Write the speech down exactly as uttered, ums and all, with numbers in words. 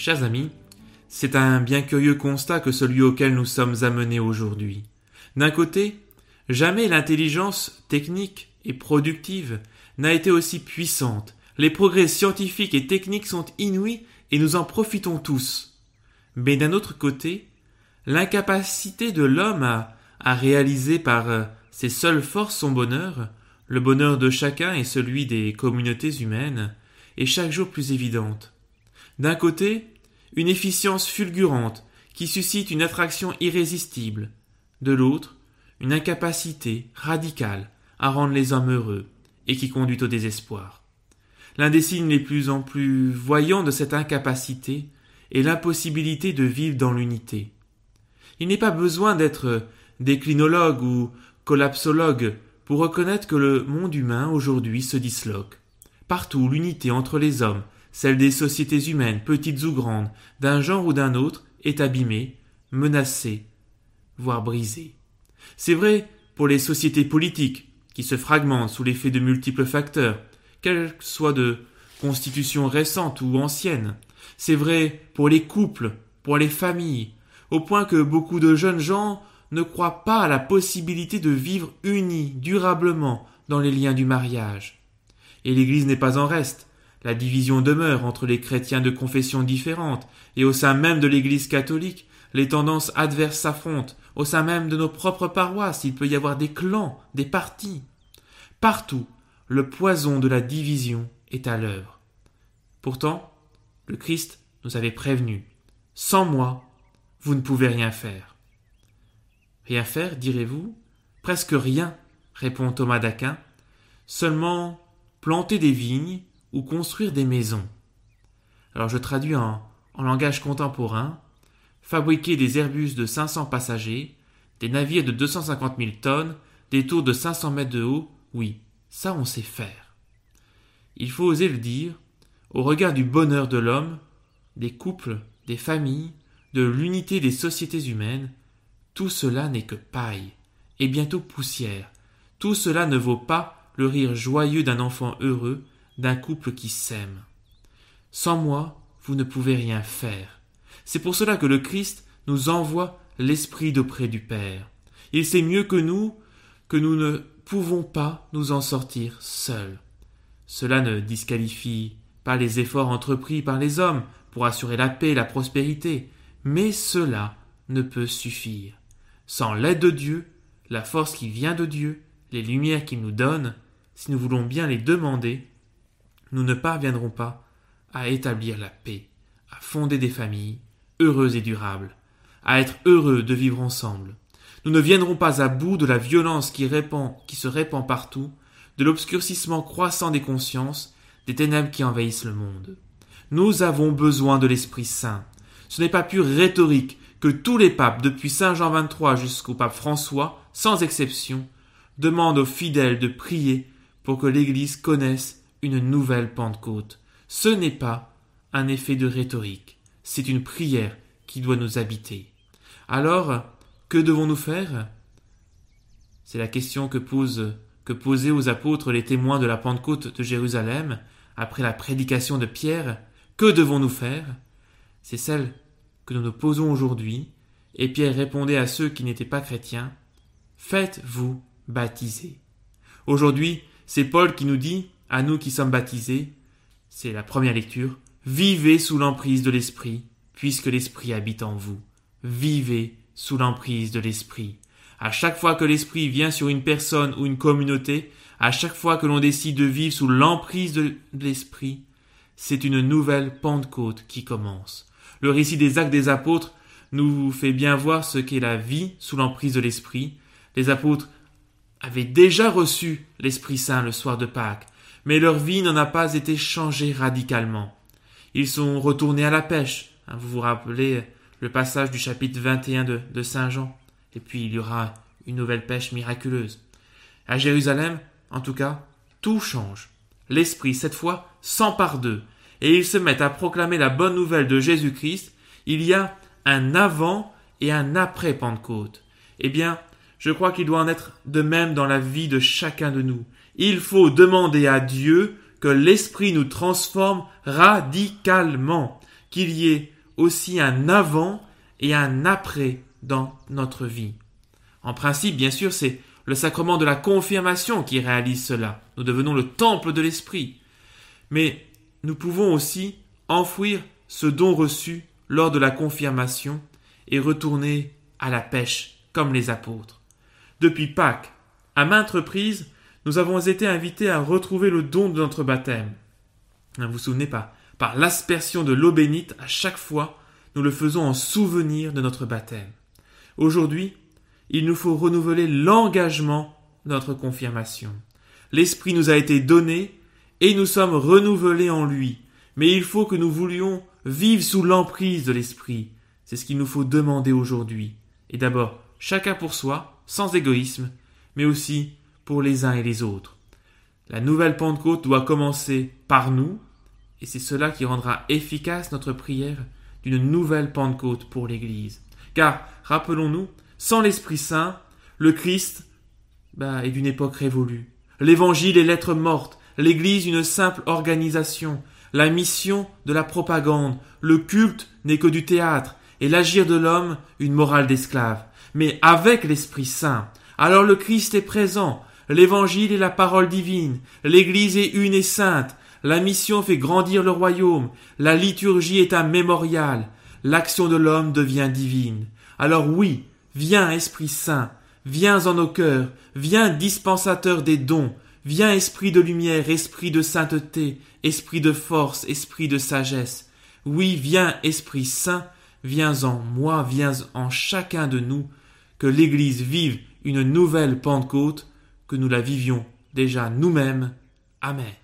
Chers amis, c'est un bien curieux constat que celui auquel nous sommes amenés aujourd'hui. D'un côté, jamais l'intelligence technique et productive n'a été aussi puissante. Les progrès scientifiques et techniques sont inouïs et nous en profitons tous. Mais d'un autre côté, l'incapacité de l'homme à, à réaliser par euh, ses seules forces son bonheur, le bonheur de chacun et celui des communautés humaines, est chaque jour plus évidente. D'un côté, une efficience fulgurante qui suscite une attraction irrésistible. De l'autre, une incapacité radicale à rendre les hommes heureux et qui conduit au désespoir. L'un des signes les plus en plus voyants de cette incapacité est l'impossibilité de vivre dans l'unité. Il n'est pas besoin d'être déclinologue ou collapsologue pour reconnaître que le monde humain aujourd'hui se disloque. Partout, l'unité entre les hommes, celle des sociétés humaines, petites ou grandes, d'un genre ou d'un autre, est abîmée, menacée, voire brisée. C'est vrai pour les sociétés politiques, qui se fragmentent sous l'effet de multiples facteurs, qu'elles soient de constitution récente ou ancienne. C'est vrai pour les couples, pour les familles, au point que beaucoup de jeunes gens ne croient pas à la possibilité de vivre unis durablement dans les liens du mariage. Et l'Église n'est pas en reste. La division demeure entre les chrétiens de confessions différentes, et au sein même de l'Église catholique, les tendances adverses s'affrontent. Au sein même de nos propres paroisses, il peut y avoir des clans, des partis. Partout, le poison de la division est à l'œuvre. Pourtant, le Christ nous avait prévenus. Sans moi, vous ne pouvez rien faire. Rien faire, direz-vous? Presque rien, répond Thomas d'Aquin. Seulement planter des vignes ou construire des maisons. Alors je traduis en, en langage contemporain. Fabriquer des Airbus de cinq cents passagers, des navires de deux cent cinquante mille tonnes, des tours de cinq cents mètres de haut, oui, ça on sait faire. Il faut oser le dire, au regard du bonheur de l'homme, des couples, des familles, de l'unité des sociétés humaines, tout cela n'est que paille, et bientôt poussière. Tout cela ne vaut pas le rire joyeux d'un enfant heureux, d'un couple qui s'aime. Sans moi, vous ne pouvez rien faire. C'est pour cela que le Christ nous envoie l'Esprit d'auprès du Père. Il sait mieux que nous que nous ne pouvons pas nous en sortir seuls. Cela ne disqualifie pas les efforts entrepris par les hommes pour assurer la paix et la prospérité, mais cela ne peut suffire. Sans l'aide de Dieu, la force qui vient de Dieu, les lumières qu'il nous donne, si nous voulons bien les demander, nous ne parviendrons pas à établir la paix, à fonder des familles heureuses et durables, à être heureux de vivre ensemble. Nous ne viendrons pas à bout de la violence qui, répand, qui se répand partout, de l'obscurcissement croissant des consciences, des ténèbres qui envahissent le monde. Nous avons besoin de l'Esprit Saint. Ce n'est pas pure rhétorique que tous les papes, depuis saint Jean vingt-trois jusqu'au pape François, sans exception, demandent aux fidèles de prier pour que l'Église connaisse une nouvelle Pentecôte. Ce n'est pas un effet de rhétorique, c'est une prière qui doit nous habiter. Alors, que devons-nous faire? C'est la question que, pose, que posaient aux apôtres les témoins de la Pentecôte de Jérusalem, après la prédication de Pierre. Que devons-nous faire? C'est celle que nous nous posons aujourd'hui, et Pierre répondait à ceux qui n'étaient pas chrétiens, « Faites-vous baptiser ». Aujourd'hui, c'est Paul qui nous dit, à nous qui sommes baptisés, c'est la première lecture, « Vivez sous l'emprise de l'Esprit, puisque l'Esprit habite en vous. Vivez sous l'emprise de l'Esprit. » À chaque fois que l'Esprit vient sur une personne ou une communauté, à chaque fois que l'on décide de vivre sous l'emprise de l'Esprit, c'est une nouvelle Pentecôte qui commence. Le récit des Actes des Apôtres nous fait bien voir ce qu'est la vie sous l'emprise de l'Esprit. Les apôtres avaient déjà reçu l'Esprit Saint le soir de Pâques, mais leur vie n'en a pas été changée radicalement. Ils sont retournés à la pêche. Vous vous rappelez le passage du chapitre vingt et un de, de Saint Jean. Et puis il y aura une nouvelle pêche miraculeuse. À Jérusalem, en tout cas, tout change. L'Esprit, cette fois, s'empare d'eux, et ils se mettent à proclamer la bonne nouvelle de Jésus-Christ. Il y a un avant et un après Pentecôte. Eh bien, je crois qu'il doit en être de même dans la vie de chacun de nous. Il faut demander à Dieu que l'Esprit nous transforme radicalement, qu'il y ait aussi un avant et un après dans notre vie. En principe, bien sûr, c'est le sacrement de la confirmation qui réalise cela. Nous devenons le temple de l'Esprit. Mais nous pouvons aussi enfouir ce don reçu lors de la confirmation et retourner à la pêche comme les apôtres. Depuis Pâques, à maintes reprises, nous avons été invités à retrouver le don de notre baptême. Vous vous souvenez pas, par l'aspersion de l'eau bénite, à chaque fois, nous le faisons en souvenir de notre baptême. Aujourd'hui, il nous faut renouveler l'engagement de notre confirmation. L'Esprit nous a été donné et nous sommes renouvelés en lui. Mais il faut que nous voulions vivre sous l'emprise de l'Esprit. C'est ce qu'il nous faut demander aujourd'hui. Et d'abord, chacun pour soi, sans égoïsme, mais aussi pour les uns et les autres. La nouvelle Pentecôte doit commencer par nous, et c'est cela qui rendra efficace notre prière d'une nouvelle Pentecôte pour l'Église. Car, rappelons-nous, sans l'Esprit Saint, le Christ bah, est d'une époque révolue. L'Évangile est lettre morte, l'Église une simple organisation, la mission de la propagande, le culte n'est que du théâtre, et l'agir de l'homme une morale d'esclave. Mais avec l'Esprit Saint, alors le Christ est présent, l'Évangile est la parole divine, l'Église est une et sainte, la mission fait grandir le royaume, la liturgie est un mémorial, l'action de l'homme devient divine. Alors oui, viens Esprit Saint, viens en nos cœurs, viens dispensateur des dons, viens Esprit de lumière, Esprit de sainteté, Esprit de force, Esprit de sagesse. Oui, viens Esprit Saint, viens en moi, viens en chacun de nous, que l'Église vive une nouvelle Pentecôte, que nous la vivions déjà nous-mêmes. Amen.